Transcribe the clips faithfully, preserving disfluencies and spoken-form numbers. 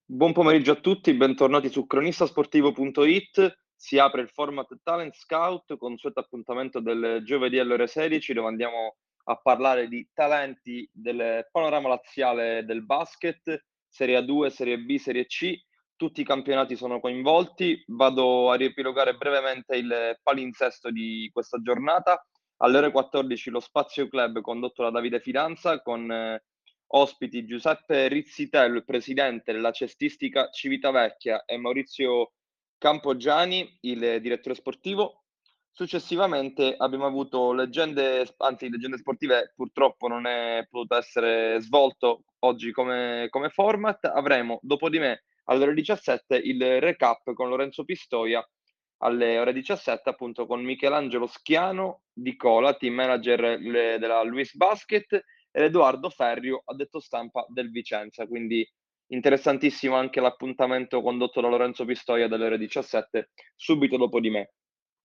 Buon pomeriggio a tutti, bentornati su cronistasportivo punto it. Si apre il format Talent Scout, consueto appuntamento del giovedì alle ore sedici, dove andiamo a parlare di talenti del panorama laziale del basket, Serie A due, Serie B, Serie C. Tutti i campionati sono coinvolti. Vado a riepilogare brevemente il palinsesto di questa giornata. Alle ore quattordici lo Spazio Club condotto da Davide Fidanza con eh, ospiti Giuseppe Rizzitello, il presidente della cestistica Civitavecchia, e Maurizio Campogiani, il direttore sportivo. Successivamente abbiamo avuto leggende, anzi leggende sportive purtroppo non è potuto essere svolto oggi come, come format. Avremo dopo di me alle ore diciassette il recap con Lorenzo Pistoia, alle ore diciassette appunto con Michelangelo Schiano di Cola, team manager le- della Luis Basket, ed Edoardo Ferrio, addetto stampa del Vicenza. Quindi interessantissimo anche l'appuntamento condotto da Lorenzo Pistoia dalle ore diciassette, subito dopo di me.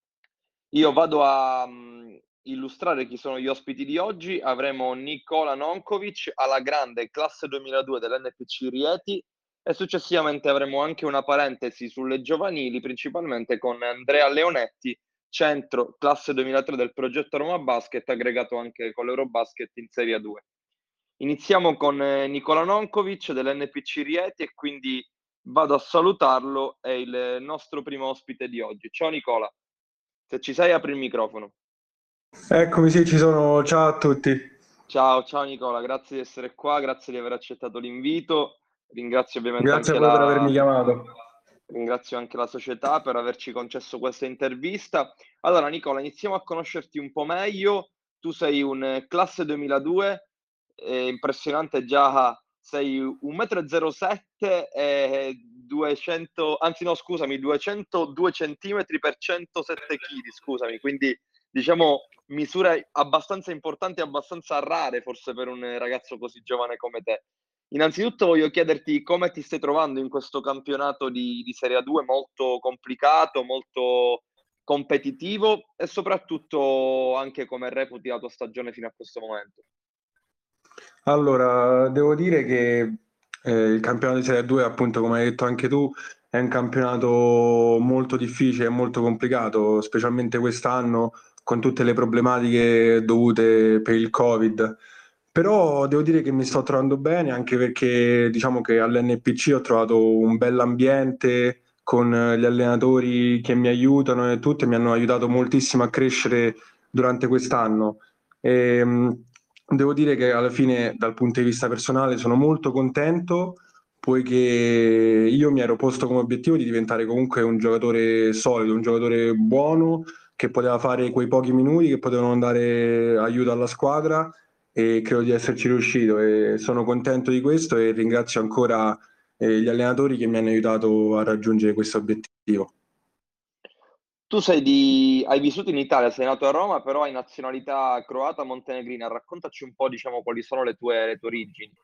Io vado a mh, illustrare chi sono gli ospiti di oggi. Avremo Nicola Nonkovic, alla grande classe duemiladue dell'N P C Rieti, e successivamente avremo anche una parentesi sulle giovanili, principalmente con Andrea Leonetti, centro classe duemilatré del progetto Roma Basket, aggregato anche con l'Eurobasket in Serie A due. Iniziamo con eh, Nicola Nonkovic dell'N P C Rieti, e quindi vado a salutarlo, è il nostro primo ospite di oggi. Ciao Nicola, se ci sei apri il microfono. Eccomi, sì, ci sono. Ciao a tutti. Ciao, ciao Nicola, grazie di essere qua, grazie di aver accettato l'invito. Ringrazio ovviamente Grazie a anche voi per avermi la, chiamato. ringrazio anche la società per averci concesso questa intervista. Allora, Nicola, iniziamo a conoscerti un po' meglio. Tu sei un eh, classe duemiladue, è impressionante già, sei uno e zero sette m e duecento, anzi no, scusami, duecentodue centimetri per centosette chili, scusami, quindi diciamo misure abbastanza importanti e abbastanza rare forse per un ragazzo così giovane come te. Innanzitutto voglio chiederti come ti stai trovando in questo campionato di, di Serie A due molto complicato, molto competitivo, e soprattutto anche come reputi la tua stagione fino a questo momento. Allora, devo dire che eh, il campionato di Serie due, appunto, come hai detto anche tu, è un campionato molto difficile e molto complicato, specialmente quest'anno con tutte le problematiche dovute per il Covid. Però devo dire che mi sto trovando bene, anche perché diciamo che all'N P C ho trovato un bell'ambiente con eh, gli allenatori che mi aiutano e tutti mi hanno aiutato moltissimo a crescere durante quest'anno. E, mh, devo dire che alla fine, dal punto di vista personale, sono molto contento, poiché io mi ero posto come obiettivo di diventare comunque un giocatore solido, un giocatore buono, che poteva fare quei pochi minuti che potevano dare aiuto alla squadra, e credo di esserci riuscito e sono contento di questo e ringrazio ancora eh, gli allenatori che mi hanno aiutato a raggiungere questo obiettivo. Tu sei di, hai vissuto in Italia, sei nato a Roma, però hai nazionalità croata montenegrina. Raccontaci un po', diciamo, quali sono le tue, le tue origini.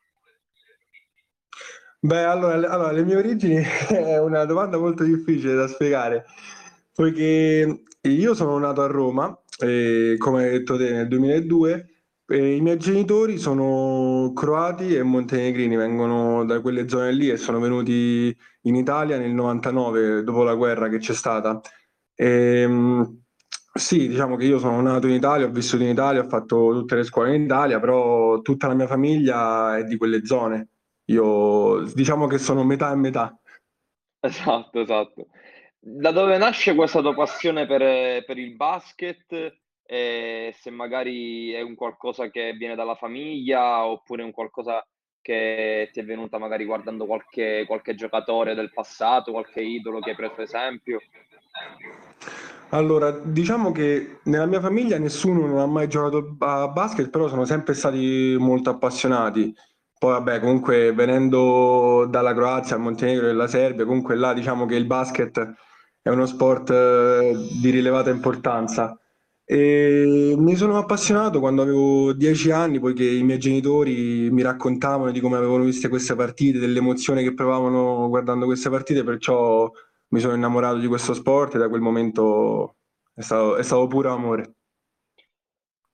Beh, allora, le allora, le mie origini è una domanda molto difficile da spiegare, poiché io sono nato a Roma, e, come hai detto te, nel duemiladue, e i miei genitori sono croati e montenegrini, vengono da quelle zone lì e sono venuti in Italia nel novantanove, dopo la guerra che c'è stata. Ehm, sì, diciamo che io sono nato in Italia, ho vissuto in Italia, ho fatto tutte le scuole in Italia, però tutta la mia famiglia è di quelle zone. Io diciamo che sono metà e metà. Esatto, esatto. Da dove nasce questa tua passione per, per il basket? E se magari è un qualcosa che viene dalla famiglia, oppure un qualcosa che ti è venuta magari guardando qualche, qualche giocatore del passato, qualche idolo che hai preso esempio? Allora, diciamo che nella mia famiglia nessuno non ha mai giocato a basket, però sono sempre stati molto appassionati. Poi vabbè, comunque venendo dalla Croazia, al Montenegro e alla Serbia, comunque là diciamo che il basket è uno sport eh, di rilevata importanza. E mi sono appassionato quando avevo dieci anni, poiché i miei genitori mi raccontavano di come avevano viste queste partite, dell'emozione che provavano guardando queste partite, perciò mi sono innamorato di questo sport e da quel momento è stato, è stato puro amore.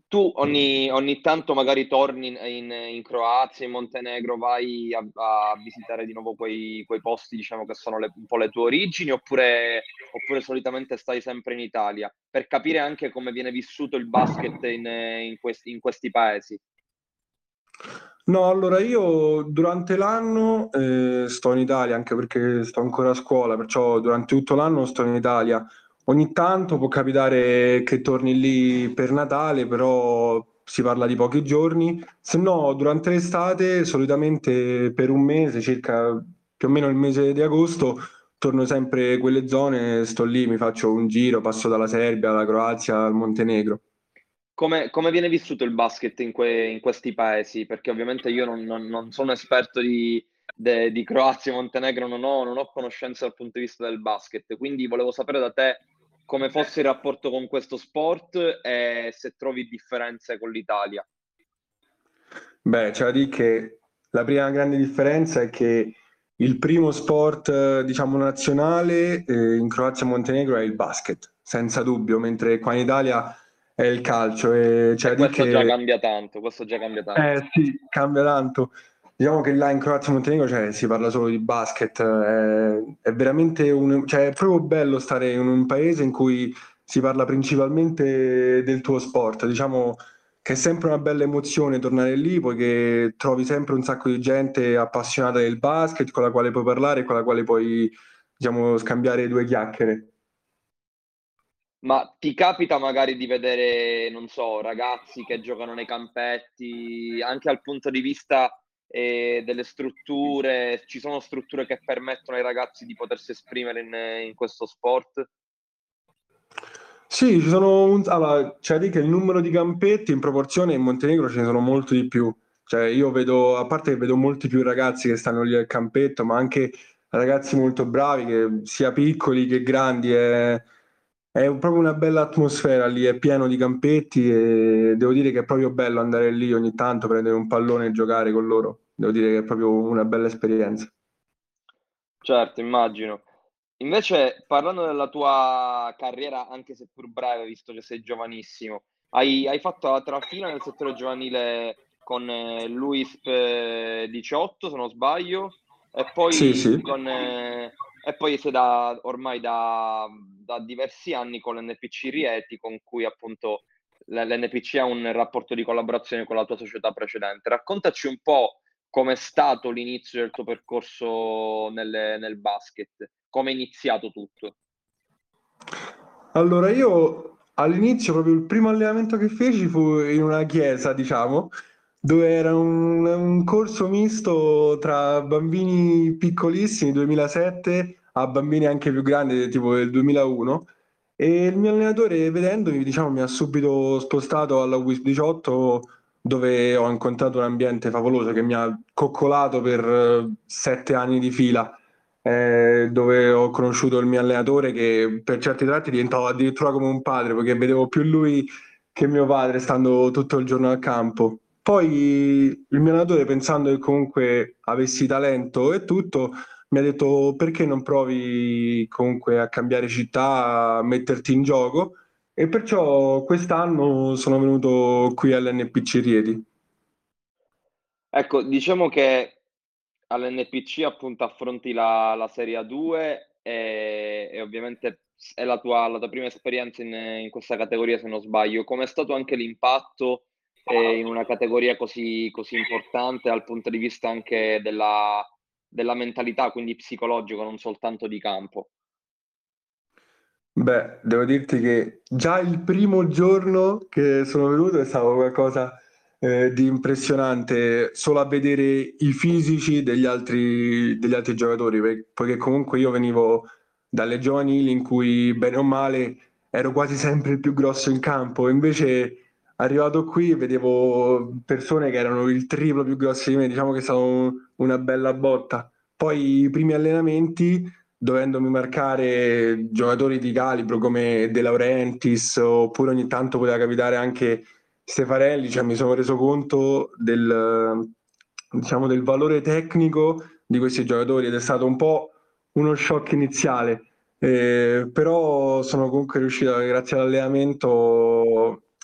Tu ogni, ogni tanto magari torni in, in- in Croazia, in Montenegro, vai a, a visitare di nuovo quei, quei posti, diciamo, che sono le- un po' le tue origini, oppure, oppure solitamente stai sempre in Italia, per capire anche come viene vissuto il basket in, in questi, in questi paesi. No, allora io durante l'anno eh, sto in Italia anche perché sto ancora a scuola, perciò durante tutto l'anno sto in Italia. Ogni tanto può capitare che torni lì per Natale, però si parla di pochi giorni. Se no, durante l'estate, solitamente per un mese, circa più o meno il mese di agosto, torno sempre in quelle zone, sto lì, mi faccio un giro, passo dalla Serbia alla Croazia al Montenegro. Come, come viene vissuto il basket in, que- in questi paesi? Perché ovviamente io non, non- non sono esperto di, de- di Croazia e Montenegro, non ho, non ho conoscenze dal punto di vista del basket, quindi volevo sapere da te come fosse il rapporto con questo sport e se trovi differenze con l'Italia. Beh, c'è da dire che la prima grande differenza è che il primo sport, eh, diciamo, nazionale eh, in Croazia e Montenegro è il basket, senza dubbio, mentre qua in Italia è il calcio. E c'è E da dire questo già che cambia tanto, questo già cambia tanto. eh sì, cambia tanto. Diciamo che là in Croazia e Montenegro cioè, si parla solo di basket, è, è veramente un, cioè, è proprio bello stare in un paese in cui si parla principalmente del tuo sport. Diciamo che è sempre una bella emozione tornare lì, poiché trovi sempre un sacco di gente appassionata del basket con la quale puoi parlare e con la quale puoi, diciamo, scambiare due chiacchiere. Ma ti capita magari di vedere, non so, ragazzi che giocano nei campetti, anche dal punto di vista eh, delle strutture, ci sono strutture che permettono ai ragazzi di potersi esprimere in, in questo sport? Sì, ci sono un... allora, c'è da dire che il numero di campetti in proporzione in Montenegro ce ne sono molto di più. Cioè, io vedo, a parte che vedo molti più ragazzi che stanno lì al campetto, ma anche ragazzi molto bravi, che sia piccoli che grandi, è, è proprio una bella atmosfera lì, è pieno di campetti e devo dire che è proprio bello andare lì ogni tanto, prendere un pallone e giocare con loro. Devo dire che è proprio una bella esperienza. Certo, immagino. Invece, parlando della tua carriera, anche seppur breve, visto che sei giovanissimo, hai, hai fatto la trafila nel settore giovanile con eh, l'UISP eh, diciotto, se non sbaglio, e Sì, poi, sì. con, eh, e poi sei da, ormai da, da diversi anni con l'N P C Rieti, con cui appunto l'N P C ha un rapporto di collaborazione con la tua società precedente. Raccontaci un po' com'è stato l'inizio del tuo percorso nel, nel basket, come è iniziato tutto. Allora, io all'inizio, proprio il primo allenamento che feci fu in una chiesa, diciamo, dove era un, un corso misto tra bambini piccolissimi, duemilasette, a bambini anche più grandi, tipo del duemilauno. E il mio allenatore, vedendomi, diciamo, mi ha subito spostato alla U I S diciotto, dove ho incontrato un ambiente favoloso che mi ha coccolato per eh, sette anni di fila, eh, dove ho conosciuto il mio allenatore che per certi tratti diventava addirittura come un padre, perché vedevo più lui che mio padre stando tutto il giorno al campo. Poi il mio allenatore, pensando che comunque avessi talento e tutto, mi ha detto perché non provi comunque a cambiare città, a metterti in gioco, e perciò quest'anno sono venuto qui all'N P C Rieti. Ecco, diciamo che all'N P C appunto affronti la, la Serie A due e, e ovviamente è la tua, la tua prima esperienza in, in questa categoria, se non sbaglio. Com'è stato anche l'impatto eh, in una categoria così, così importante dal punto di vista anche della, della mentalità, quindi psicologico, non soltanto di campo? Beh, devo dirti che già il primo giorno che sono venuto è stato qualcosa eh, di impressionante solo a vedere i fisici degli altri, degli altri giocatori, per- poiché comunque io venivo dalle giovanili in cui bene o male ero quasi sempre il più grosso in campo, invece arrivato qui vedevo persone che erano il triplo più grosse di me, diciamo che è stata un- una bella botta. Poi i primi allenamenti dovendomi marcare giocatori di calibro come De Laurentiis, oppure ogni tanto poteva capitare anche Stefanelli, cioè mi sono reso conto del, diciamo, del valore tecnico di questi giocatori ed è stato un po' uno shock iniziale. Eh, però sono comunque riuscito, grazie all'allenamento,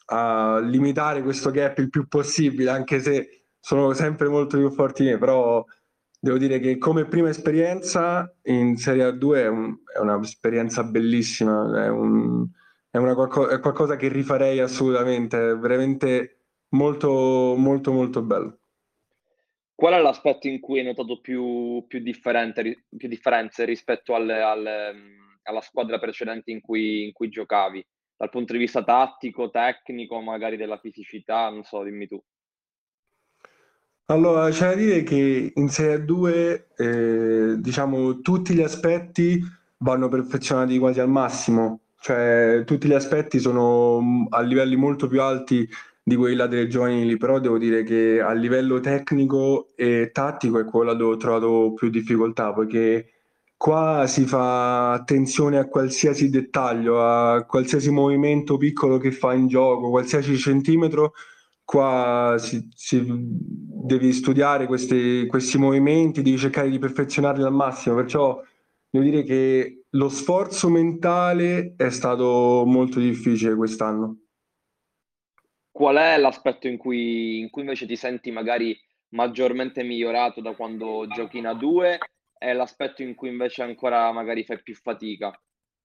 a limitare questo gap il più possibile, anche se sono sempre molto più forti di me, però devo dire che come prima esperienza in Serie A due è, un, è un'esperienza bellissima, è, un, è, una qualco, è qualcosa che rifarei assolutamente, è veramente molto molto molto bello. Qual è l'aspetto in cui hai notato più, più, differente, più differenze rispetto alle, alle, alla squadra precedente in cui, in cui giocavi? Dal punto di vista tattico, tecnico, magari della fisicità, non so, dimmi tu. Allora, c'è da dire che in Serie A due, eh, diciamo, tutti gli aspetti vanno perfezionati quasi al massimo, cioè tutti gli aspetti sono mh, a livelli molto più alti di quelli là delle giovanili, però devo dire che a livello tecnico e tattico è quello dove ho trovato più difficoltà, poiché qua si fa attenzione a qualsiasi dettaglio, a qualsiasi movimento piccolo che fa in gioco, qualsiasi centimetro. Qua si, si- devi studiare questi, questi movimenti, devi cercare di perfezionarli al massimo, perciò devo dire che lo sforzo mentale è stato molto difficile quest'anno. Qual è l'aspetto in cui, in cui invece ti senti magari maggiormente migliorato da quando giochi in A due e l'aspetto in cui invece ancora magari fai più fatica?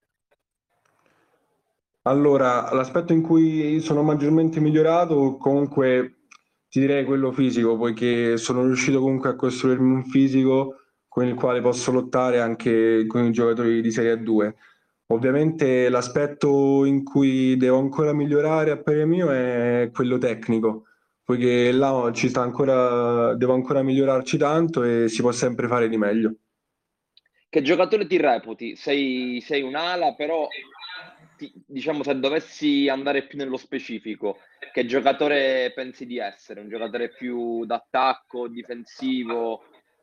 Allora, l'aspetto in cui sono maggiormente migliorato, comunque ti direi quello fisico, poiché sono riuscito comunque a costruirmi un fisico con il quale posso lottare anche con i giocatori di Serie A due. Ovviamente l'aspetto in cui devo ancora migliorare a parer mio è quello tecnico, poiché là ci sta ancora, devo ancora migliorarci tanto e si può sempre fare di meglio. Che giocatore ti reputi? Sei, sei un'ala, però ti- diciamo se dovessi andare più nello specifico, che giocatore pensi di essere? Un giocatore più d'attacco, difensivo?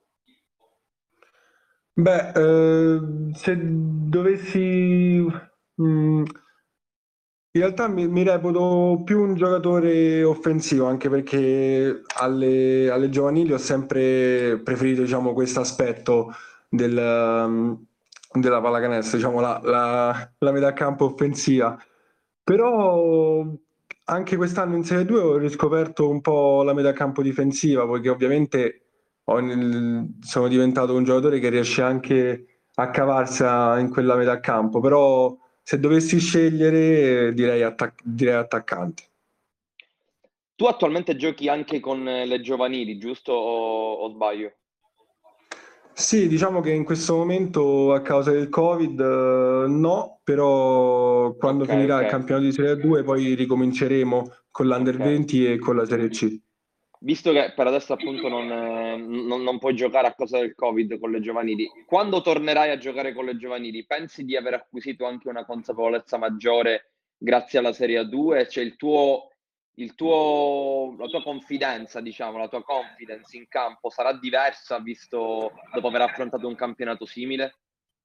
Beh, eh, se dovessi... mm, in realtà mi, mi reputo più un giocatore offensivo, anche perché alle, alle giovanili ho sempre preferito, diciamo, questo aspetto del, um, della pallacanestro, diciamo, la, la, la metà campo offensiva. Però anche quest'anno in Serie due ho riscoperto un po' la metà campo difensiva, poiché ovviamente ho nel- sono diventato un giocatore che riesce anche a cavarsela in quella metà campo, però se dovessi scegliere, eh, direi, attac- direi attaccante. Tu attualmente giochi anche con le giovanili, giusto o, o sbaglio? Sì, diciamo che in questo momento a causa del Covid, eh, no, però quando Ok, finirà ok, il campionato di Serie due poi ricominceremo con l'Under ok. venti e con la Serie C. Visto che per adesso appunto non, eh, non- non puoi giocare a causa del Covid con le giovanili, quando tornerai a giocare con le giovanili, pensi di aver acquisito anche una consapevolezza maggiore grazie alla Serie A due? Cioè il tuo, il tuo, la tua confidenza, diciamo, la tua confidence in campo sarà diversa visto dopo aver affrontato un campionato simile?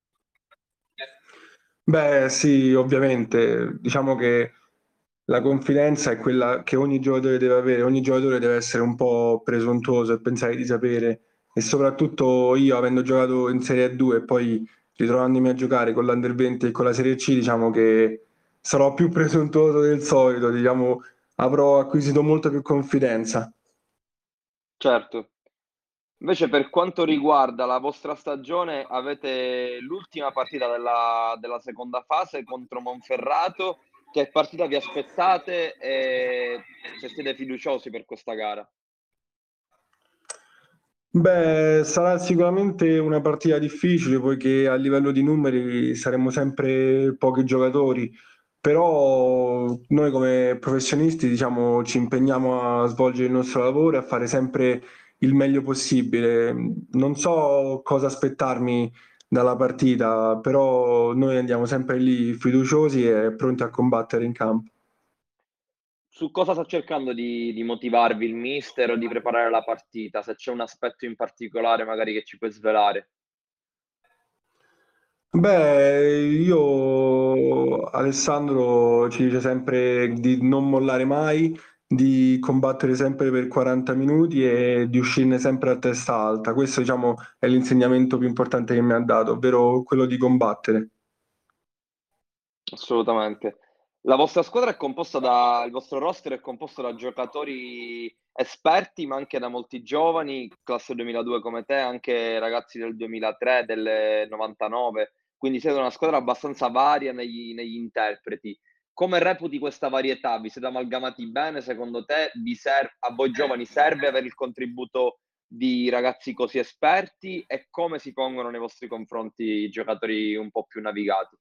Beh, sì, ovviamente, diciamo che la confidenza è quella che ogni giocatore deve avere, ogni giocatore deve essere un po' presuntuoso e pensare di sapere, e soprattutto io avendo giocato in Serie A due e poi ritrovandomi a giocare con l'Under venti e con la Serie C, diciamo che sarò più presuntuoso del solito, diciamo, avrò acquisito molta più confidenza. Certo. Invece per quanto riguarda la vostra stagione, avete l'ultima partita della, della seconda fase contro Monferrato. Che partita vi aspettate e se siete fiduciosi per questa gara? Beh, sarà sicuramente una partita difficile poiché a livello di numeri saremo sempre pochi giocatori, però noi come professionisti, diciamo, ci impegniamo a svolgere il nostro lavoro e a fare sempre il meglio possibile. Non so cosa aspettarmi dalla partita, però noi andiamo sempre lì fiduciosi e pronti a combattere in campo. Su cosa sta cercando di, di motivarvi il mister o di preparare la partita? Se c'è un aspetto in particolare magari che ci puoi svelare. Beh, io Alessandro ci dice sempre di non mollare mai, di combattere sempre per quaranta minuti e di uscirne sempre a testa alta. Questo, diciamo, è l'insegnamento più importante che mi ha dato, ovvero quello di combattere. Assolutamente. La vostra squadra è composta da, il vostro roster è composto da giocatori esperti, ma anche da molti giovani, classe duemiladue come te, anche ragazzi del duemilatré, del novantanove, quindi siete una squadra abbastanza varia negli, negli interpreti. Come reputi questa varietà? Vi siete amalgamati bene? Secondo te vi ser- a voi giovani serve avere il contributo di ragazzi così esperti e come si pongono nei vostri confronti i giocatori un po' più navigati?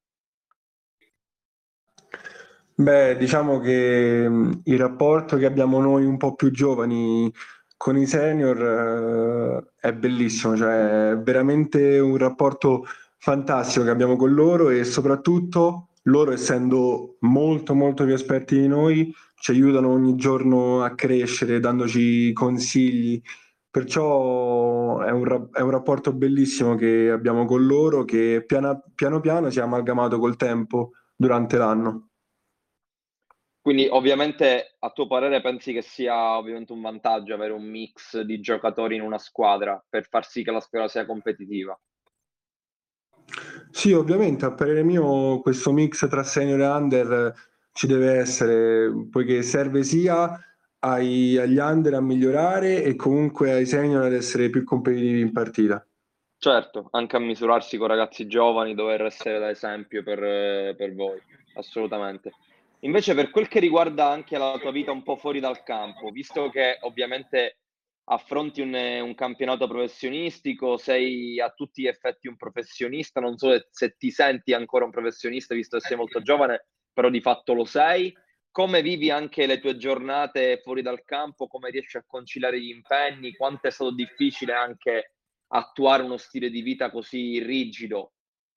Beh, diciamo che mh, il rapporto che abbiamo noi un po' più giovani con i senior eh, è bellissimo, cioè è veramente un rapporto fantastico che abbiamo con loro e soprattutto loro, essendo molto molto più esperti di noi, ci aiutano ogni giorno a crescere, dandoci consigli. Perciò è un, ra- è un rapporto bellissimo che abbiamo con loro che piano piano piano si è amalgamato col tempo durante l'anno. Quindi ovviamente a tuo parere pensi che sia ovviamente un vantaggio avere un mix di giocatori in una squadra per far sì che la squadra sia competitiva? Sì, ovviamente, a parere mio, questo mix tra senior e under eh, ci deve essere, poiché serve sia ai- agli under a migliorare e comunque ai senior ad essere più competitivi in partita. Certo, anche a misurarsi con ragazzi giovani, dover essere da esempio per, eh, per voi, assolutamente. Invece per quel che riguarda anche la tua vita un po' fuori dal campo, visto che ovviamente affronti un, un campionato professionistico, sei a tutti gli effetti un professionista, non so se, se ti senti ancora un professionista, visto che sei molto giovane, però di fatto lo sei. Come vivi anche le tue giornate fuori dal campo? Come riesci a conciliare gli impegni? Quanto è stato difficile anche attuare uno stile di vita così rigido?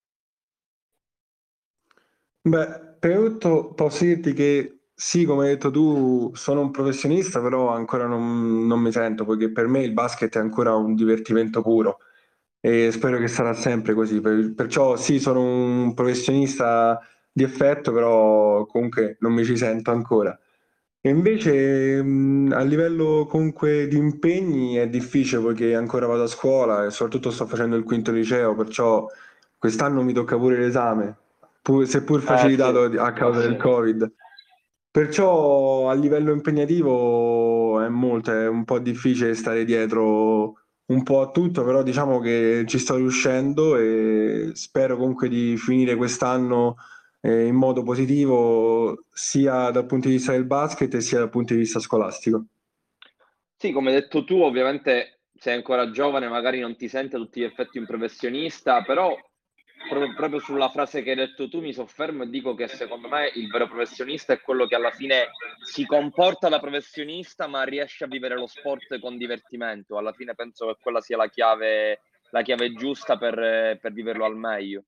Beh, prima di tutto posso dirti che sì, come hai detto tu, sono un professionista, però ancora non, non mi sento, poiché per me il basket è ancora un divertimento puro e spero che sarà sempre così. Per- perciò sì, sono un professionista di effetto, però comunque non mi ci sento ancora. E invece mh, a livello comunque di impegni è difficile poiché ancora vado a scuola e soprattutto sto facendo il quinto liceo, perciò quest'anno mi tocca pure l'esame, pur- seppur Eh sì, facilitato a eh causa del sì. Covid. Perciò a livello impegnativo è molto, è un po' difficile stare dietro un po' a tutto, però diciamo che ci sto riuscendo e spero comunque di finire quest'anno eh, in modo positivo sia dal punto di vista del basket sia dal punto di vista scolastico. Sì, come hai detto tu, ovviamente sei ancora giovane, magari non ti senti a tutti gli effetti un professionista, però proprio, proprio sulla frase che hai detto tu mi soffermo e dico che secondo me il vero professionista è quello che alla fine si comporta da professionista, ma riesce a vivere lo sport con divertimento. Alla fine penso che quella sia la chiave, la chiave giusta per, per viverlo al meglio.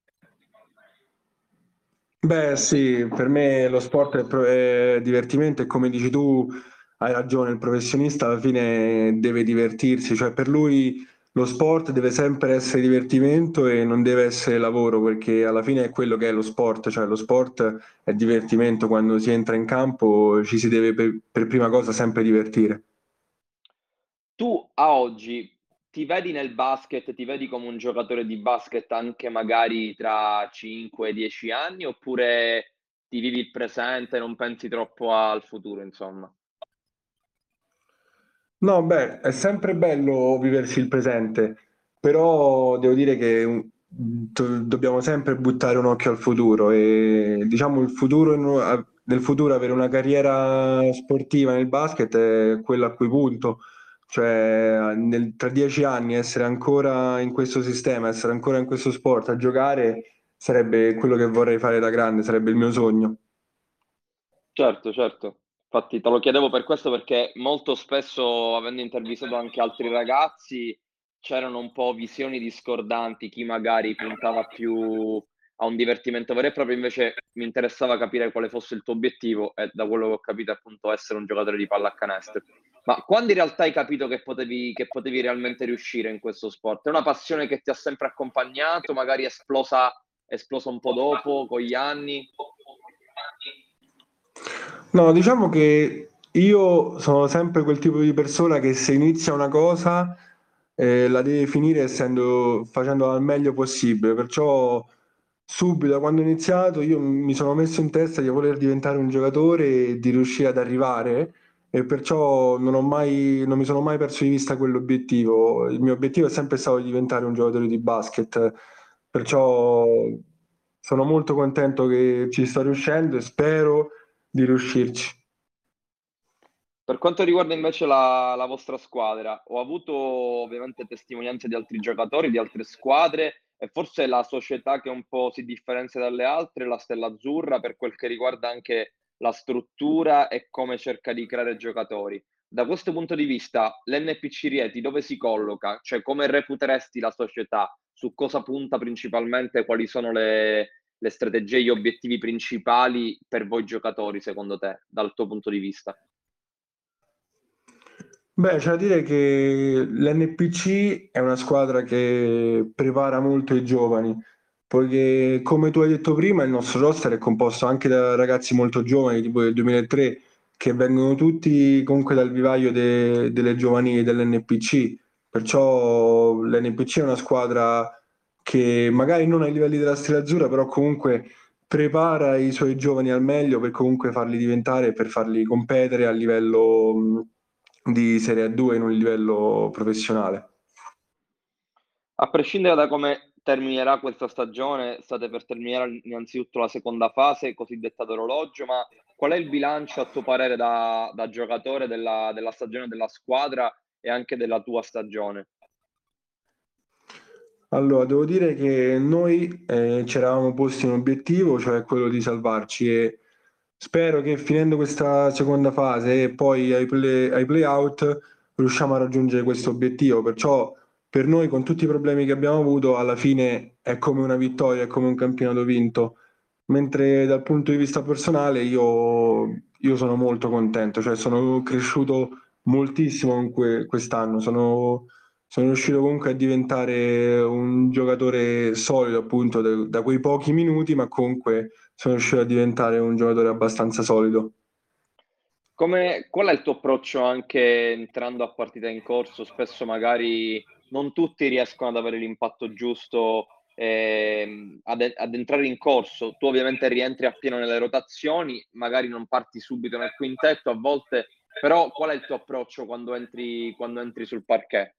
Beh, sì, per me lo sport è, pro- è divertimento e come dici tu, hai ragione, il professionista alla fine deve divertirsi, cioè per lui lo sport deve sempre essere divertimento e non deve essere lavoro, perché alla fine è quello che è lo sport, cioè lo sport è divertimento, quando si entra in campo ci si deve per, per prima cosa sempre divertire. Tu a oggi ti vedi nel basket, ti vedi come un giocatore di basket anche magari tra cinque dieci anni oppure ti vivi il presente e non pensi troppo al futuro, insomma? No, beh, è sempre bello viversi il presente, però devo dire che mm, do- dobbiamo sempre buttare un occhio al futuro e diciamo il futuro, nel futuro avere una carriera sportiva nel basket è quello a cui punto, cioè nel- tra dieci anni essere ancora in questo sistema, essere ancora in questo sport a giocare sarebbe quello che vorrei fare da grande, sarebbe il mio sogno. Certo, certo. Infatti te lo chiedevo per questo perché molto spesso, avendo intervistato anche altri ragazzi, c'erano un po' visioni discordanti, chi magari puntava più a un divertimento vero e proprio, invece mi interessava capire quale fosse il tuo obiettivo e da quello che ho capito appunto essere un giocatore di pallacanestro. Ma quando in realtà hai capito che potevi, che potevi realmente riuscire in questo sport? È una passione che ti ha sempre accompagnato, magari è esplosa, è esplosa un po' dopo, con gli anni? No, diciamo che io sono sempre quel tipo di persona che se inizia una cosa eh, la deve finire essendo, facendola al meglio possibile, perciò subito da quando ho iniziato io mi sono messo in testa di voler diventare un giocatore e di riuscire ad arrivare, e perciò non ho mai, non mi sono mai perso di vista quell'obiettivo. Il mio obiettivo è sempre stato di diventare un giocatore di basket, perciò sono molto contento che ci sto riuscendo e spero di riuscirci. Per quanto riguarda invece la, la vostra squadra, ho avuto ovviamente testimonianze di altri giocatori, di altre squadre e forse la società che un po' si differenzia dalle altre, è la Stella Azzurra, per quel che riguarda anche la struttura e come cerca di creare giocatori. Da questo punto di vista, l'N P C Rieti dove si colloca? Cioè, come reputeresti la società? Su cosa punta principalmente? Quali sono le, le strategie, gli obiettivi principali per voi giocatori, secondo te, dal tuo punto di vista? Beh, c'è da dire che l'N P C è una squadra che prepara molto i giovani, poiché come tu hai detto prima, il nostro roster è composto anche da ragazzi molto giovani, tipo del duemilatré, che vengono tutti comunque dal vivaio de- delle giovanili dell'N P C. Perciò l'N P C è una squadra che magari non ai livelli della Stella Azzurra, però comunque prepara i suoi giovani al meglio per comunque farli diventare, per farli competere a livello mh, di Serie A due in un livello professionale. A prescindere da come terminerà questa stagione, state per terminare innanzitutto la seconda fase, cosiddetta d'orologio, ma qual è il bilancio a tuo parere da, da giocatore della, della stagione della squadra e anche della tua stagione? Allora, devo dire che noi eh, ci eravamo posti un obiettivo, cioè quello di salvarci, e spero che finendo questa seconda fase e poi ai play, ai play-out riusciamo a raggiungere questo obiettivo. Perciò per noi, con tutti i problemi che abbiamo avuto, alla fine è come una vittoria, è come un campionato vinto. Mentre dal punto di vista personale io, io sono molto contento, cioè sono cresciuto moltissimo in que- quest'anno, sono sono riuscito comunque a diventare un giocatore solido, appunto, da, da quei pochi minuti, ma comunque sono riuscito a diventare un giocatore abbastanza solido. Come, qual è il tuo approccio anche entrando a partita in corso? Spesso magari non tutti riescono ad avere l'impatto giusto ehm, ad, ad entrare in corso. Tu ovviamente rientri appieno nelle rotazioni, magari non parti subito nel quintetto a volte, però qual è il tuo approccio quando entri, quando entri sul parquet?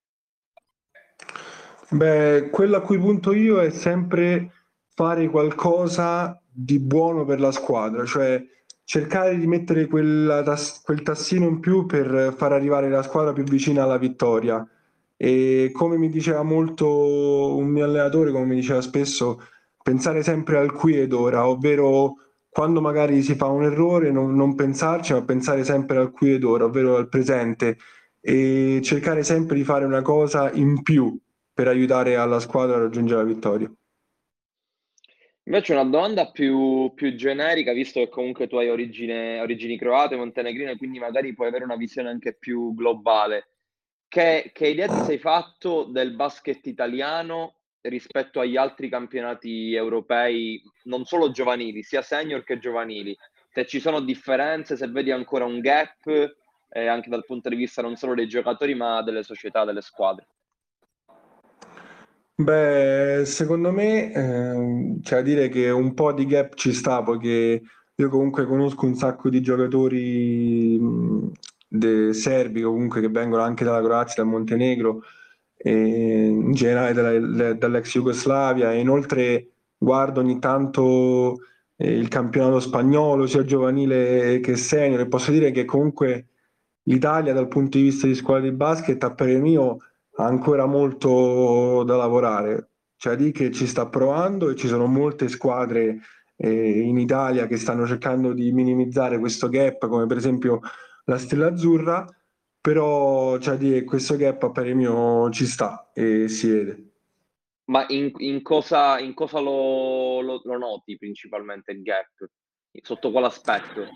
Beh, quello a cui punto io è sempre fare qualcosa di buono per la squadra, cioè cercare di mettere quella tas- quel tassino in più per far arrivare la squadra più vicina alla vittoria. E come mi diceva molto un mio allenatore, come mi diceva spesso, pensare sempre al qui ed ora, ovvero quando magari si fa un errore non, non pensarci, ma pensare sempre al qui ed ora, ovvero al presente, e cercare sempre di fare una cosa in più per aiutare alla squadra a raggiungere la vittoria. Invece una domanda più, più generica, visto che comunque tu hai origine- origini croate, montenegrine, quindi magari puoi avere una visione anche più globale. Che, che idea ti sei fatto del basket italiano rispetto agli altri campionati europei, non solo giovanili, sia senior che giovanili? Se ci sono differenze, se vedi ancora un gap, eh, anche dal punto di vista non solo dei giocatori, ma delle società, delle squadre. Beh, secondo me ehm, c'è da dire che un po' di gap ci sta, poiché io comunque conosco un sacco di giocatori mh, de- serbi comunque che vengono anche dalla Croazia, dal Montenegro, e in generale dalla- le- dall'ex Jugoslavia, e inoltre guardo ogni tanto eh, il campionato spagnolo, sia giovanile che senior, e posso dire che comunque l'Italia dal punto di vista di squadra di basket, a parer mio, ha ancora molto da lavorare. Cioè di che ci sta provando, e ci sono molte squadre eh, in Italia che stanno cercando di minimizzare questo gap, come per esempio la Stella Azzurra, però cioè di che questo gap a parer mio ci sta e si vede. Ma in, in cosa, in cosa lo, lo- lo noti principalmente il gap? Sotto quale aspetto?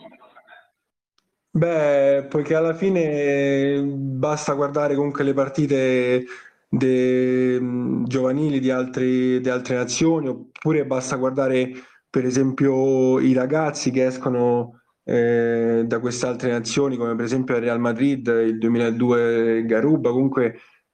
Beh, poiché alla fine basta guardare comunque le partite de- mh, giovanili di altri- di altre nazioni, oppure basta guardare per esempio i ragazzi che escono eh, da queste altre nazioni, come per esempio il Real Madrid, il duemiladue Garuba, comunque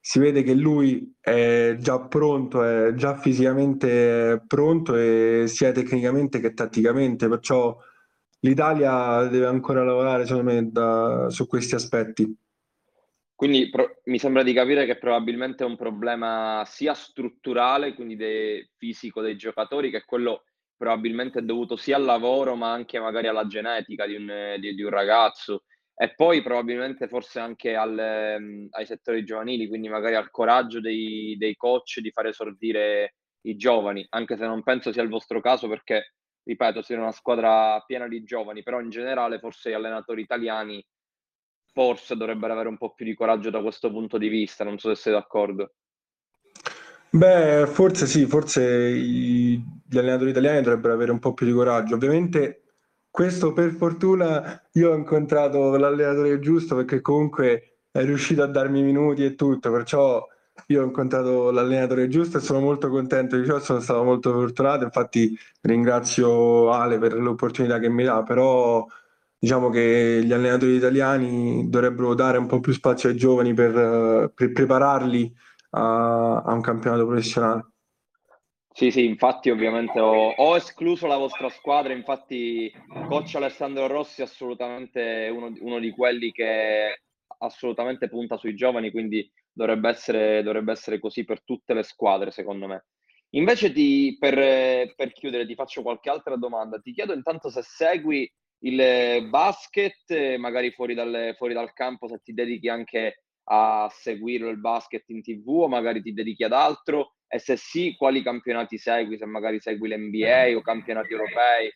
si vede che lui è già pronto, è già fisicamente pronto e sia tecnicamente che tatticamente, perciò l'Italia deve ancora lavorare, secondo me, da- su questi aspetti. Quindi pro- mi sembra di capire che probabilmente è un problema sia strutturale, quindi de- fisico dei giocatori, che quello probabilmente è dovuto sia al lavoro, ma anche magari alla genetica di un, di- di un ragazzo. E poi probabilmente forse anche al, ehm, ai settori giovanili, quindi magari al coraggio dei, dei coach di fare esordire i giovani, anche se non penso sia il vostro caso perché, ripeto, siete una squadra piena di giovani, però in generale forse gli allenatori italiani forse dovrebbero avere un po' più di coraggio da questo punto di vista, non so se sei d'accordo. Beh, forse sì, forse i- gli allenatori italiani dovrebbero avere un po' più di coraggio. Ovviamente questo per fortuna io ho incontrato l'allenatore giusto perché comunque è riuscito a darmi i minuti e tutto, perciò io ho incontrato l'allenatore giusto e sono molto contento di ciò, sono stato molto fortunato, infatti ringrazio Ale per l'opportunità che mi dà, però diciamo che gli allenatori italiani dovrebbero dare un po' più spazio ai giovani per, eh, per prepararli a, a un campionato professionale. Sì, sì, infatti ovviamente ho, ho escluso la vostra squadra, infatti coach Alessandro Rossi è assolutamente uno, uno di quelli che assolutamente punta sui giovani, quindi dovrebbe essere, dovrebbe essere così per tutte le squadre, secondo me. Invece ti, per, per chiudere ti faccio qualche altra domanda. Ti chiedo intanto se segui il basket, eh, magari fuori dal, fuori dal campo, se ti dedichi anche a seguirlo il basket in T V o magari ti dedichi ad altro e se sì, quali campionati segui, se magari segui l'N B A o campionati europei.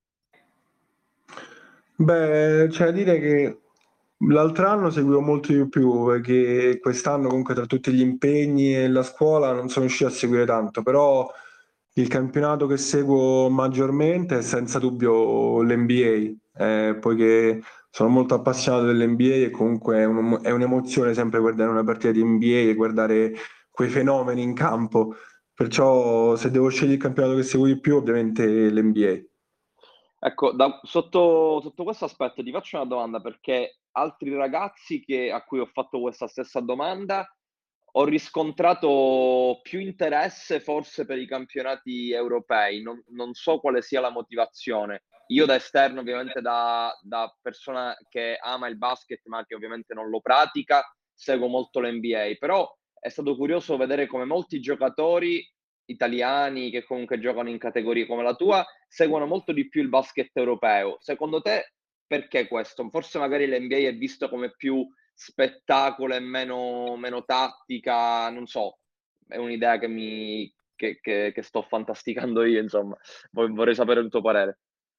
Beh, c'è da dire che l'altro anno seguivo molto di più, perché quest'anno comunque tra tutti gli impegni e la scuola non sono riuscito a seguire tanto, però il campionato che seguo maggiormente è senza dubbio l'N B A, eh, poiché sono molto appassionato dell'N B A e comunque è, un- è un'emozione sempre guardare una partita di N B A e guardare quei fenomeni in campo, perciò se devo scegliere il campionato che seguo di più, ovviamente l'N B A. Ecco, da- sotto, sotto questo aspetto ti faccio una domanda perché altri ragazzi che- a cui ho fatto questa stessa domanda ho riscontrato più interesse forse per i campionati europei, non, non so quale sia la motivazione. Io da esterno, ovviamente da, da persona che ama il basket ma che ovviamente non lo pratica, seguo molto l'N B A, però è stato curioso vedere come molti giocatori italiani che comunque giocano in categorie come la tua seguono molto di più il basket europeo. Secondo te perché questo? Forse magari l'N B A è visto come più spettacolo e meno, meno tattica, non so, è un'idea che mi che, che, che sto fantasticando io, insomma, vorrei sapere il tuo parere.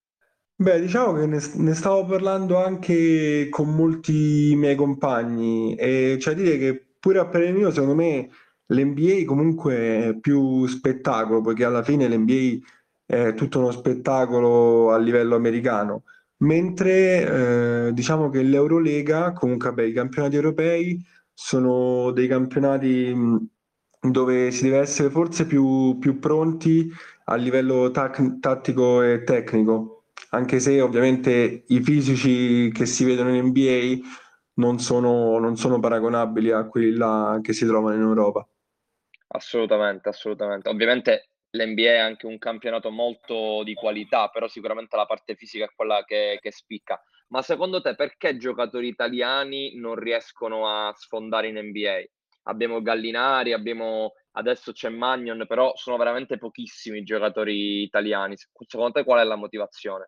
Beh, diciamo che ne, ne stavo parlando anche con molti miei compagni e c'è da dire che pure a parere mio, secondo me l'N B A comunque è più spettacolo, perché alla fine l'N B A è tutto uno spettacolo a livello americano, mentre eh, diciamo che l'Eurolega, comunque vabbè, i campionati europei sono dei campionati mh, dove si deve essere forse più, più pronti a livello tac- tattico e tecnico, anche se ovviamente i fisici che si vedono in N B A non sono, non sono paragonabili a quelli là che si trovano in Europa. Assolutamente, assolutamente. Ovviamente l'N B A è anche un campionato molto di qualità, però sicuramente la parte fisica è quella che, che spicca. Ma secondo te perché giocatori italiani non riescono a sfondare in N B A? Abbiamo Gallinari, abbiamo adesso c'è Magnon, però sono veramente pochissimi i giocatori italiani. Secondo te qual è la motivazione?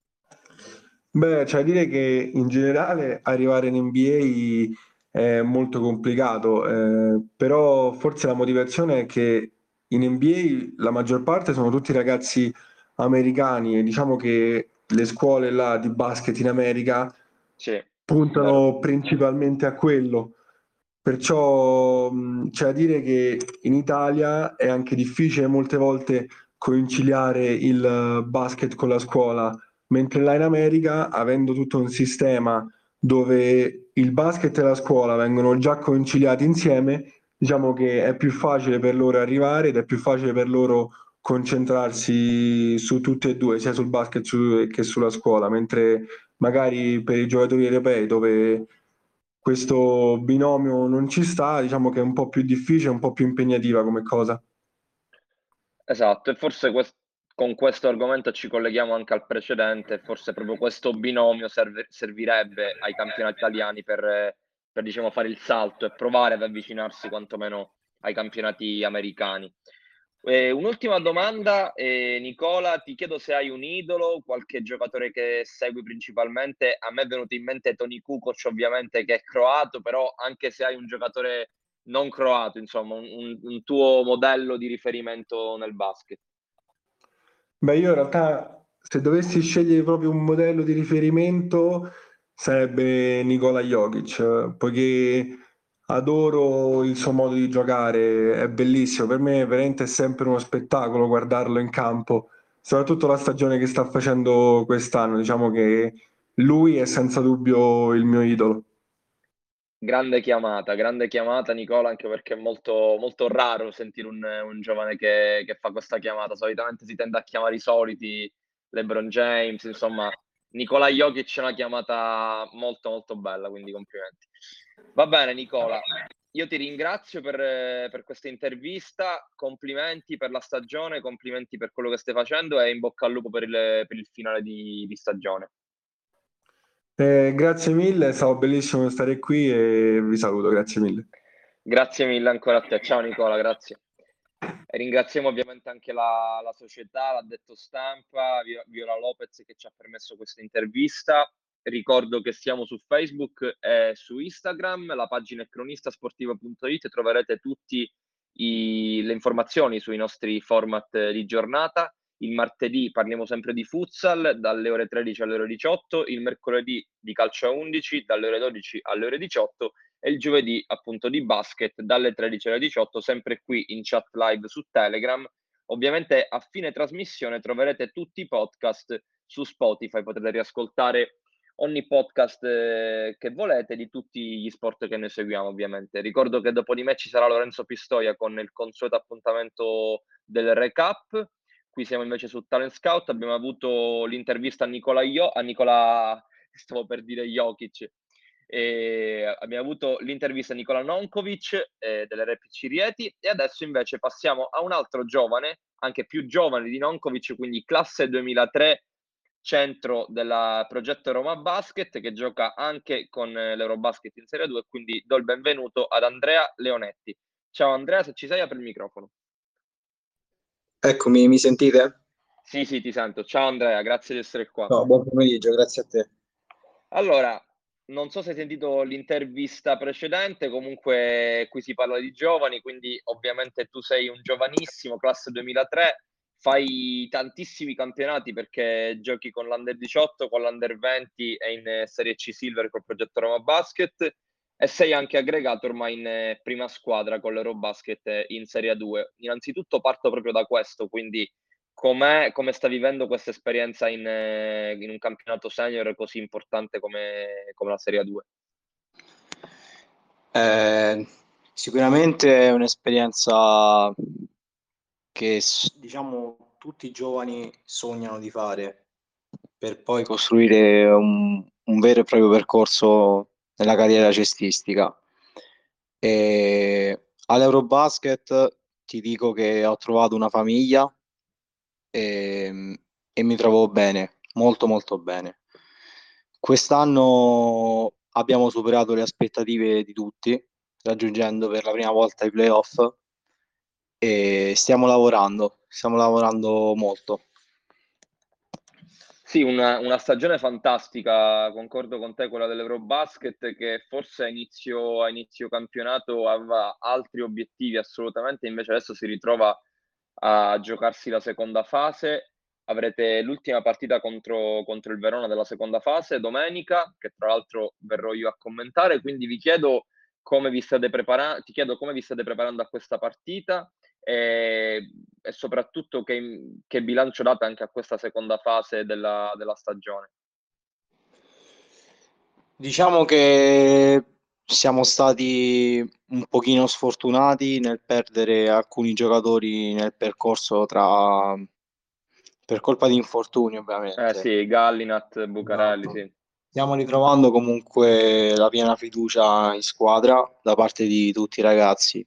Beh, c'è da dire che in generale arrivare in N B A è molto complicato, eh, però forse la motivazione è che in N B A la maggior parte sono tutti ragazzi americani e diciamo che le scuole là di basket in America Sì, vero. puntano principalmente a quello. Perciò mh, c'è da dire che in Italia è anche difficile molte volte conciliare il eh, basket con la scuola, mentre là in America, avendo tutto un sistema dove il basket e la scuola vengono già conciliati insieme, diciamo che è più facile per loro arrivare ed è più facile per loro concentrarsi su tutte e due, sia sul basket su- che sulla scuola, mentre magari per i giocatori europei dove questo binomio non ci sta, diciamo che è un po' più difficile, un po' più impegnativa come cosa. Esatto, e forse quest- con questo argomento ci colleghiamo anche al precedente, forse proprio questo binomio serve- servirebbe ai campionati italiani per, eh, per, diciamo, fare il salto e provare ad avvicinarsi quantomeno ai campionati americani. Eh, un'ultima domanda, eh, Nicola, ti chiedo se hai un idolo, qualche giocatore che segui principalmente. A me è venuto in mente Toni Kukoc, ovviamente, che è croato, però anche se hai un giocatore non croato, insomma, un, un- un tuo modello di riferimento nel basket. Beh, io in realtà se dovessi scegliere proprio un modello di riferimento sarebbe Nikola Jokic, eh, poiché adoro il suo modo di giocare, è bellissimo, per me veramente è sempre uno spettacolo guardarlo in campo, soprattutto la stagione che sta facendo quest'anno, diciamo che lui è senza dubbio il mio idolo. Grande chiamata, grande chiamata Nicola, anche perché è molto, molto raro sentire un, un giovane che, che fa questa chiamata. Solitamente si tende a chiamare i soliti, LeBron James, insomma, Nicola Jokic è una chiamata molto molto bella, quindi complimenti. Va bene Nicola, io ti ringrazio per, per questa intervista, complimenti per la stagione, complimenti per quello che stai facendo e in bocca al lupo per il, per il finale di, di stagione. Eh, grazie mille, è stato bellissimo stare qui e vi saluto, grazie mille. Grazie mille ancora a te. Ciao Nicola, grazie. E ringraziamo ovviamente anche la, la società, l'addetto stampa, Vi- Viola Lopez che ci ha permesso questa intervista. Ricordo che siamo su Facebook e su Instagram, la pagina è cronistasportivo punto it, troverete tutte le informazioni sui nostri format di giornata. Il martedì parliamo sempre di futsal dalle ore tredici alle ore diciotto, il mercoledì di calcio a undici dalle ore dodici alle ore diciotto e il giovedì appunto di basket dalle tredici alle diciotto, sempre qui in chat live su Telegram. Ovviamente a fine trasmissione troverete tutti i podcast su Spotify, potrete riascoltare ogni podcast eh, che volete di tutti gli sport che noi seguiamo ovviamente. Ricordo che dopo di me ci sarà Lorenzo Pistoia con il consueto appuntamento del recap. Qui siamo invece su Talent Scout, abbiamo avuto l'intervista a Nicola Io, a Nicola, stavo per dire Jokic, e abbiamo avuto l'intervista a Nikola Nonkovic eh, delle Repici Rieti e adesso invece passiamo a un altro giovane, anche più giovane di Nonkovic, quindi classe duemilatré, centro del progetto Roma Basket, che gioca anche con l'Eurobasket in Serie due, quindi do il benvenuto ad Andrea Leonetti. Ciao Andrea, se ci sei apri il microfono. Eccomi, mi sentite? Sì, sì, ti sento. Ciao Andrea, grazie di essere qua. No, buon pomeriggio, grazie a te. Allora, non so se hai sentito l'intervista precedente, comunque qui si parla di giovani, quindi ovviamente tu sei un giovanissimo, classe duemilatré, fai tantissimi campionati perché giochi con l'Under diciotto, con l'Under venti e in eh, Serie C Silver col progetto Roma Basket e sei anche aggregato ormai in eh, prima squadra con l'Eurobasket eh, in Serie due. Innanzitutto parto proprio da questo, quindi com'è, come sta vivendo questa esperienza in, eh, in un campionato senior così importante come, come la Serie due? Eh, Sicuramente è un'esperienza che s- diciamo tutti i giovani sognano di fare per poi costruire un, un vero e proprio percorso nella carriera cestistica. E all'Eurobasket ti dico che ho trovato una famiglia e, e mi trovo bene, molto molto bene. Quest'anno abbiamo superato le aspettative di tutti, raggiungendo per la prima volta i playoff e stiamo lavorando, stiamo lavorando molto. Sì, una, una stagione fantastica, concordo con te, quella dell'Eurobasket, che forse a inizio, a inizio campionato aveva altri obiettivi assolutamente, invece adesso si ritrova a giocarsi la seconda fase. Avrete l'ultima partita contro, contro il Verona della seconda fase domenica, che tra l'altro verrò io a commentare, quindi vi chiedo come vi state preparando, ti chiedo come vi state preparando a questa partita e, e soprattutto che, che bilancio date anche a questa seconda fase della, della stagione. Diciamo che siamo stati un pochino sfortunati nel perdere alcuni giocatori nel percorso tra per colpa di infortuni, Eh ovviamente. sì, Gallinat, Bucarelli, Esatto. sì. stiamo ritrovando comunque la piena fiducia in squadra da parte di tutti i ragazzi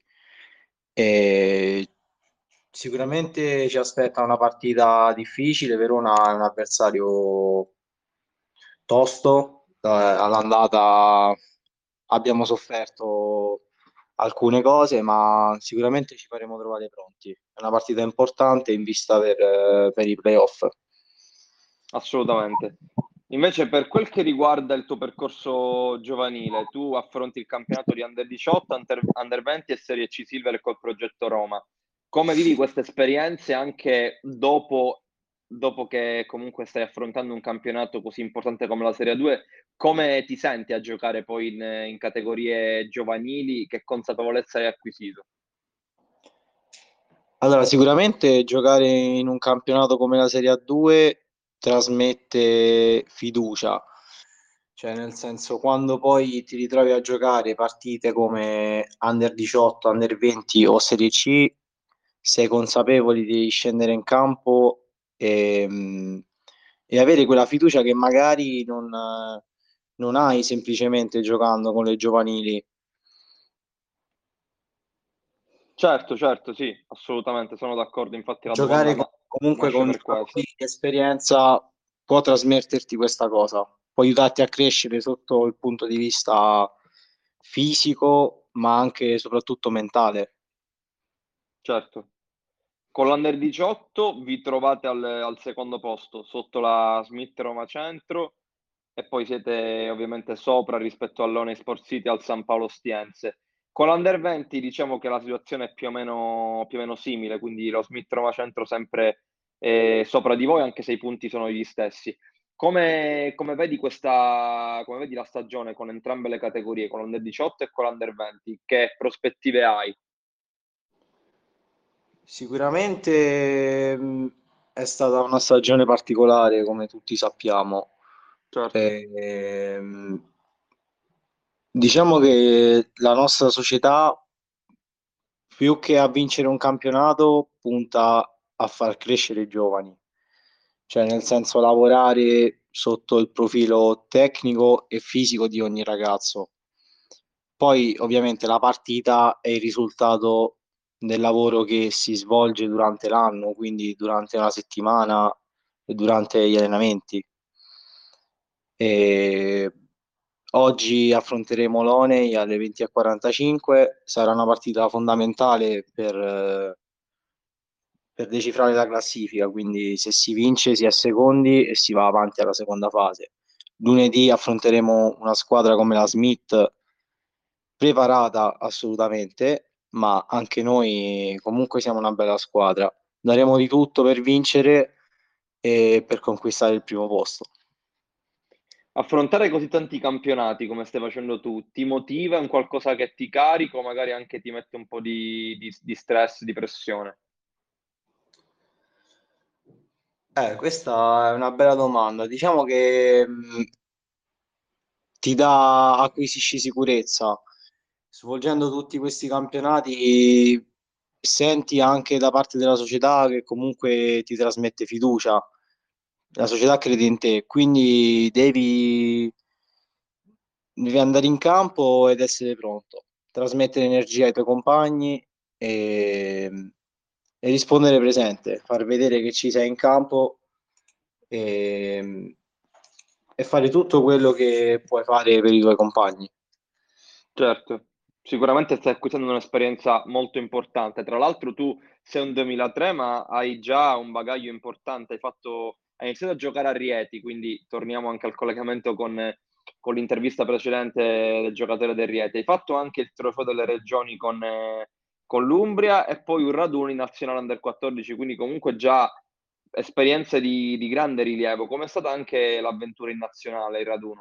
e sicuramente ci aspetta una partita difficile. Verona è un avversario tosto, eh, all'andata abbiamo sofferto alcune cose, ma sicuramente ci faremo trovare pronti. È una partita importante in vista per, eh, per i playoff. Assolutamente. Invece, per quel che riguarda il tuo percorso giovanile, tu affronti il campionato di Under diciotto, Under, Under venti e Serie C Silver col progetto Roma. Come vivi queste esperienze anche dopo, dopo che comunque stai affrontando un campionato così importante come la Serie due? Come ti senti a giocare poi in, in categorie giovanili? Che consapevolezza hai acquisito? Allora, sicuramente giocare in un campionato come la Serie A due trasmette fiducia, cioè nel senso quando poi ti ritrovi a giocare partite come Under diciotto, Under venti o Serie C, sei consapevoli di scendere in campo e, mh, e avere quella fiducia che magari non, eh, non hai semplicemente giocando con le giovanili. Certo, certo, sì, assolutamente, sono d'accordo. Infatti la Giocare domanda co- na- comunque nasce con per giocatori questo. di esperienza può trasmetterti questa cosa, può aiutarti a crescere sotto il punto di vista fisico, ma anche e soprattutto mentale. Certo. Con l'Under diciotto vi trovate al, al secondo posto, sotto la Smith Roma Centro, e poi siete ovviamente sopra rispetto all'One Sport City e al San Paolo Stiense. Con l'Under venti diciamo che la situazione è più o meno, più o meno simile, quindi lo Smith Roma Centro sempre eh, sopra di voi, anche se i punti sono gli stessi. Come, come vedi questa, come vedi la stagione con entrambe le categorie, con l'Under diciotto e con l'Under venti? Che prospettive hai? Sicuramente mh, è stata una stagione particolare, come tutti sappiamo. Certo. Ehm, diciamo che la nostra società, più che a vincere un campionato, punta a far crescere i giovani, cioè nel senso lavorare sotto il profilo tecnico e fisico di ogni ragazzo. Poi ovviamente la partita è il risultato del lavoro che si svolge durante l'anno, quindi durante una settimana e durante gli allenamenti. E oggi affronteremo l'Oney alle venti e quarantacinque, sarà una partita fondamentale per, eh, per decifrare la classifica, quindi se si vince si è secondi e si va avanti alla seconda fase. Lunedì affronteremo una squadra come la Smith, preparata assolutamente, ma anche noi comunque siamo una bella squadra. Daremo di tutto per vincere e per conquistare il primo posto. Affrontare così tanti campionati come stai facendo tu, ti motiva? È un qualcosa che ti carica o magari anche ti mette un po' di, di- di stress, di pressione? Eh, questa è una bella domanda. Diciamo che mh, ti dà, acquisisci sicurezza. Svolgendo tutti questi campionati, senti anche da parte della società che comunque ti trasmette fiducia. La società crede in te, quindi devi, devi andare in campo ed essere pronto, trasmettere energia ai tuoi compagni e, e rispondere presente, far vedere che ci sei in campo e, e fare tutto quello che puoi fare per i tuoi compagni. Certo, sicuramente stai acquisendo un'esperienza molto importante. Tra l'altro tu sei un duemilatré, ma hai già un bagaglio importante. Hai fatto, hai iniziato a giocare a Rieti, quindi torniamo anche al collegamento con, con l'intervista precedente del giocatore del Rieti. Hai fatto anche il trofeo delle regioni con, eh, con l'Umbria e poi un raduno in Nazionale Under quattordici, quindi comunque già esperienze di, di grande rilievo. Com'è stata anche l'avventura in nazionale, il raduno?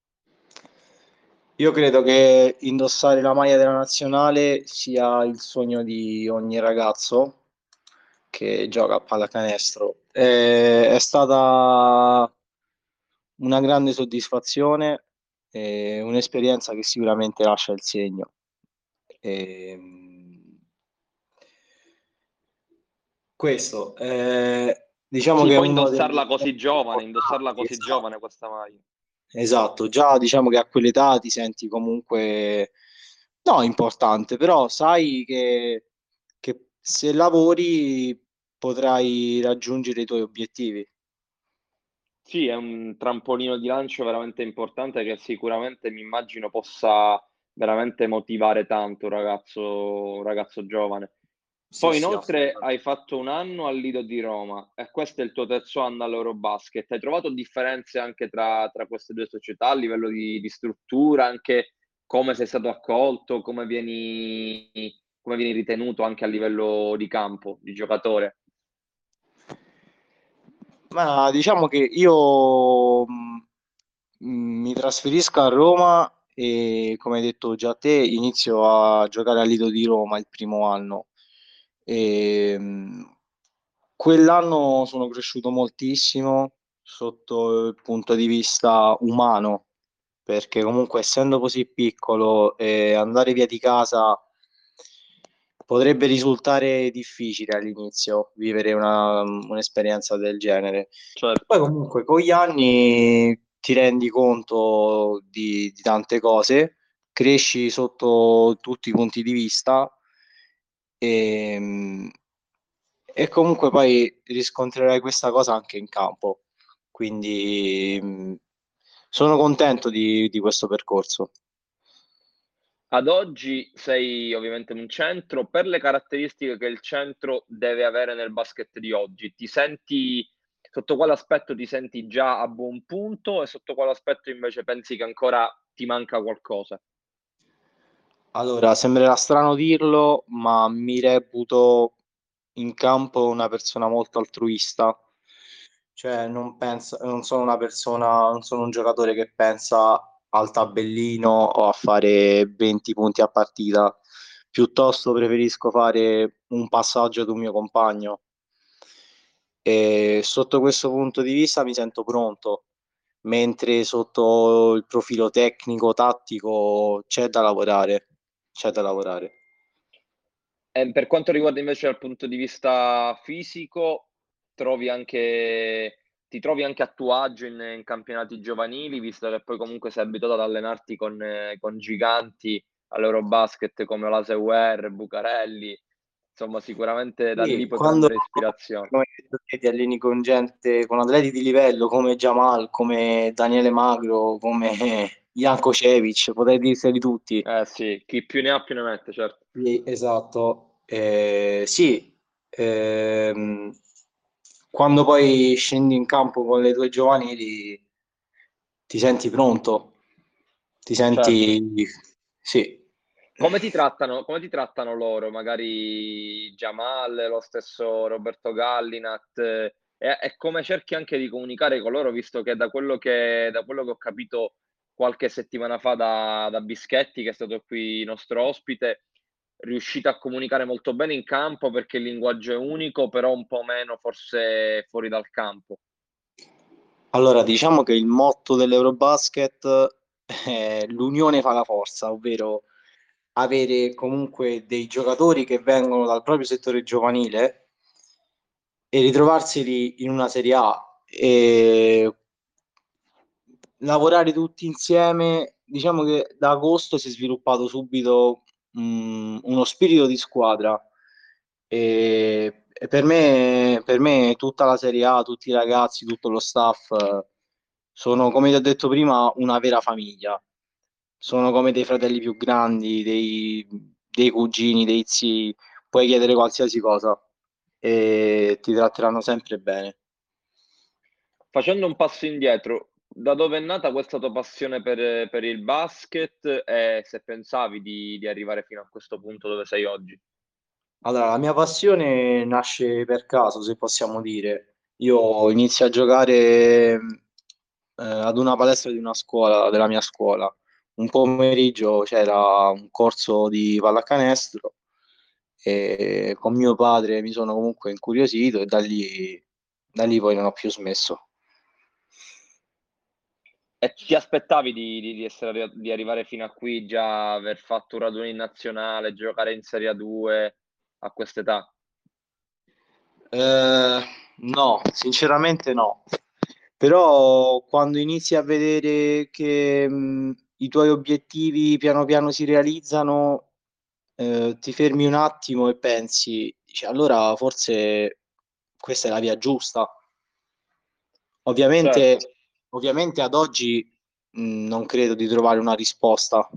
Io credo che indossare la maglia della nazionale sia il sogno di ogni ragazzo che gioca a pallacanestro. Eh, è stata una grande soddisfazione e un'esperienza che sicuramente lascia il segno. E, questo, eh, diciamo Sì, che è poi uno degli indossarla così elementi più giovane, indossarla importanti, così esatto. giovane questa maglia. esatto, già diciamo che a quell'età ti senti comunque, no, importante, però sai che, che se lavori potrai raggiungere i tuoi obiettivi. Sì, è un trampolino di lancio veramente importante che sicuramente mi immagino possa veramente motivare tanto un ragazzo, un ragazzo giovane. Sì, Poi sì, inoltre assolutamente. hai fatto un anno al Lido di Roma e questo è il tuo terzo anno all'Eurobasket. Hai trovato differenze anche tra, tra queste due società a livello di, di struttura, anche come sei stato accolto, come vieni, come vieni ritenuto anche a livello di campo, di giocatore? Ma diciamo che io mh, mh, mi trasferisco a Roma e, come hai detto già te, inizio a giocare al Lido di Roma il primo anno. E, mh, quell'anno sono cresciuto moltissimo sotto il punto di vista umano, perché comunque essendo così piccolo e andare via di casa potrebbe risultare difficile all'inizio vivere una- un'esperienza del genere. Poi Certo. comunque con gli anni ti rendi conto di, di tante cose, cresci sotto tutti i punti di vista e, e comunque poi riscontrerai questa cosa anche in campo. Quindi mh, sono contento di, di questo percorso. Ad oggi sei ovviamente un centro per le caratteristiche che il centro deve avere nel basket di oggi. Ti senti, sotto quale aspetto ti senti già a buon punto e sotto quale aspetto invece pensi che ancora ti manca qualcosa? Allora, sembrerà strano dirlo, ma mi reputo in campo una persona molto altruista. Cioè, non penso, non sono una persona, non sono un giocatore che pensa al tabellino o a fare venti punti a partita. Piuttosto preferisco fare un passaggio ad un mio compagno. E sotto questo punto di vista mi sento pronto, mentre sotto il profilo tecnico, tattico c'è da lavorare, c'è da lavorare. E per quanto riguarda invece dal punto di vista fisico, trovi anche, ti trovi anche a tuo agio in, in campionati giovanili, visto che poi comunque sei abituato ad allenarti con, eh, con giganti all'Eurobasket come Olasewere, Bucarelli, insomma sicuramente da lì Sì, puoi quando prendere ispirazione. come hai detto te, ti alleni con gente, con atleti di livello come Jamal, come Daniele Magro, come Jankocevic, potrei dirteli tutti. Eh sì, chi più ne ha più ne mette, certo. Sì, esatto. Eh, sì, ehm, quando poi scendi in campo con le tue giovanili ti senti pronto, ti Certo. senti... Sì. Come ti trattano, come ti trattano loro? Magari Jamal, lo stesso Roberto Gallinat, eh, e, e come cerchi anche di comunicare con loro, visto che da quello che, da quello che ho capito qualche settimana fa da, da Bischetti, che è stato qui nostro ospite, riuscite a comunicare molto bene in campo perché il linguaggio è unico, però un po' meno forse fuori dal campo. Allora, diciamo che il motto dell'Eurobasket è l'unione fa la forza, ovvero avere comunque dei giocatori che vengono dal proprio settore giovanile e ritrovarseli in una Serie A e lavorare tutti insieme. Diciamo che da agosto si è sviluppato subito mh, uno spirito di squadra e, e per me, per me tutta la Serie A, tutti i ragazzi, tutto lo staff eh, sono, come ti ho detto prima, una vera famiglia. Sono come dei fratelli più grandi, dei, dei cugini, dei zii. Puoi chiedere qualsiasi cosa e ti tratteranno sempre bene. Facendo un passo indietro, da dove è nata questa tua passione per, per il basket e se pensavi di, di arrivare fino a questo punto dove sei oggi? Allora, la mia passione nasce per caso, se possiamo dire. Io inizio a giocare eh, ad una palestra di una scuola, della mia scuola. Un pomeriggio c'era un corso di pallacanestro e con mio padre mi sono comunque incuriosito e da lì, da lì poi non ho più smesso. E ti aspettavi di, di- di essere, arri- di arrivare fino a qui, già aver fatto un raduno in nazionale, giocare in Serie A due a quest'età? Eh, no, sinceramente no. Però quando inizi a vedere che mh, i tuoi obiettivi piano piano si realizzano, eh, ti fermi un attimo e pensi, dici, allora forse questa è la via giusta. Certo. Ovviamente, ovviamente ad oggi mh, non credo di trovare una risposta,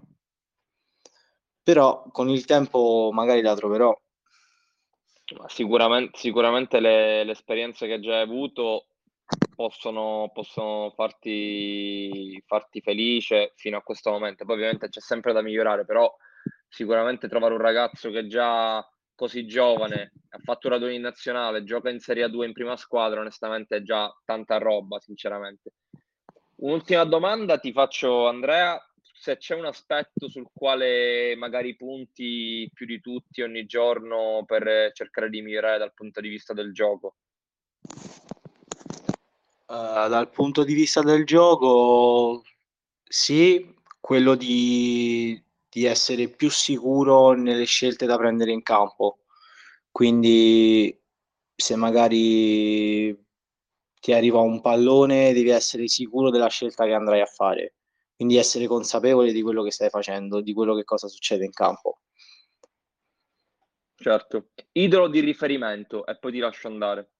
però con il tempo magari la troverò. Sicuramente, sicuramente le, le esperienze che già hai avuto possono, possono farti, farti felice fino a questo momento. Poi ovviamente c'è sempre da migliorare, però sicuramente trovare un ragazzo che già così giovane ha fatto una in nazionale, gioca in Serie A due in prima squadra, onestamente è già tanta roba, sinceramente. Un'ultima domanda ti faccio, Andrea, se c'è un aspetto sul quale magari punti più di tutti ogni giorno per cercare di migliorare dal punto di vista del gioco. Uh, dal punto di vista del gioco, sì, quello di, di essere più sicuro nelle scelte da prendere in campo. Quindi, se magari ti arriva un pallone, devi essere sicuro della scelta che andrai a fare. Quindi essere consapevole di quello che stai facendo, di quello che cosa succede in campo. Certo. Idolo di riferimento e poi ti lascio andare.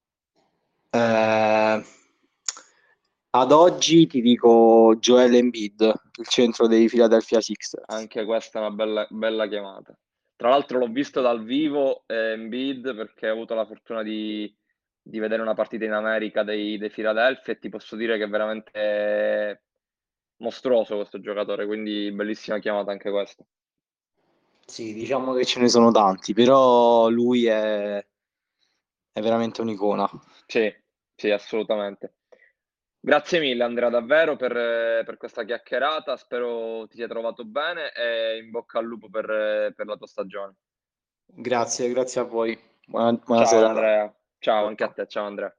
Eh, ad oggi ti dico Joel Embiid, il centro dei Philadelphia Sixers. Anche questa è una bella, bella chiamata. Tra l'altro l'ho visto dal vivo, eh, Embiid, perché ho avuto la fortuna di, di vedere una partita in America dei, dei Philadelphia e ti posso dire che è veramente mostruoso questo giocatore, quindi bellissima chiamata anche questa. Sì, diciamo che ce ne sono tanti, però lui è, è veramente un'icona. Sì, sì, assolutamente. Grazie mille Andrea, davvero per, per questa chiacchierata, spero ti sia trovato bene e in bocca al lupo per, per la tua stagione. Grazie, grazie a voi. Buona, buona Ciao serata. Andrea, ciao Ciao, anche a ciao. te, ciao Andrea.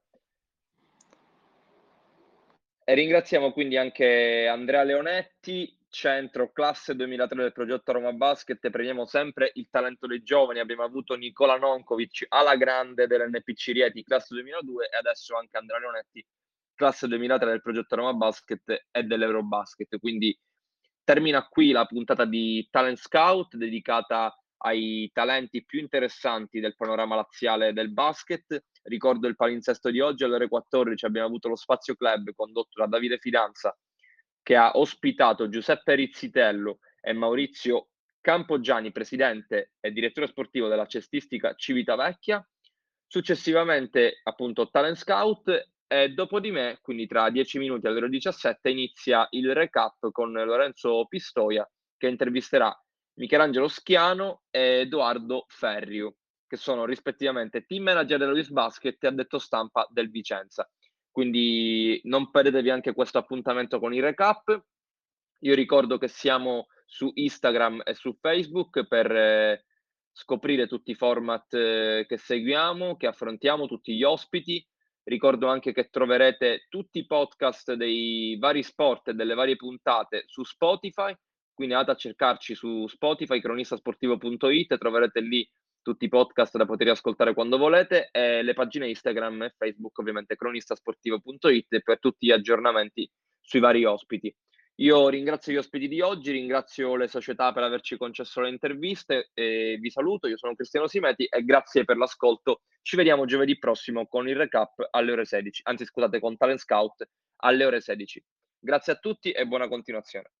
E ringraziamo quindi anche Andrea Leonetti, centro classe duemilatré del progetto Roma Basket, e premiamo sempre il talento dei giovani. Abbiamo avuto Nicola Nonkovic alla grande dell'N P C Rieti, classe duemiladue, e adesso anche Andrea Leonetti, classe duemilatré del progetto Roma Basket e dell'Eurobasket. Quindi termina qui la puntata di Talent Scout dedicata ai talenti più interessanti del panorama laziale del basket. Ricordo il palinsesto di oggi alle ore quattordici abbiamo avuto lo Spazio Club condotto da Davide Fidanza, che ha ospitato Giuseppe Rizzitello e Maurizio Campogiani, presidente e direttore sportivo della cestistica Civitavecchia. Successivamente appunto Talent Scout, e dopo di me, quindi tra dieci minuti alle ore diciassette, inizia il recap con Lorenzo Pistoia, che intervisterà Michelangelo Schiano e Edoardo Ferriu, che sono rispettivamente team manager dello Youth Basket e addetto stampa del Vicenza. Quindi non perdetevi anche questo appuntamento con il recap. Io ricordo che siamo su Instagram e su Facebook per eh, scoprire tutti i format eh, che seguiamo, che affrontiamo, tutti gli ospiti. Ricordo anche che troverete tutti i podcast dei vari sport e delle varie puntate su Spotify, quindi andate a cercarci su Spotify, cronistasportivo punto it, troverete lì tutti i podcast da poter ascoltare quando volete, e le pagine Instagram e Facebook, ovviamente cronistasportivo punto it, per tutti gli aggiornamenti sui vari ospiti. Io ringrazio gli ospiti di oggi, ringrazio le società per averci concesso le interviste e vi saluto. Io sono Cristiano Simeti e grazie per l'ascolto. Ci vediamo giovedì prossimo con il recap alle ore sedici, anzi scusate, con Talent Scout alle ore sedici. Grazie a tutti e buona continuazione.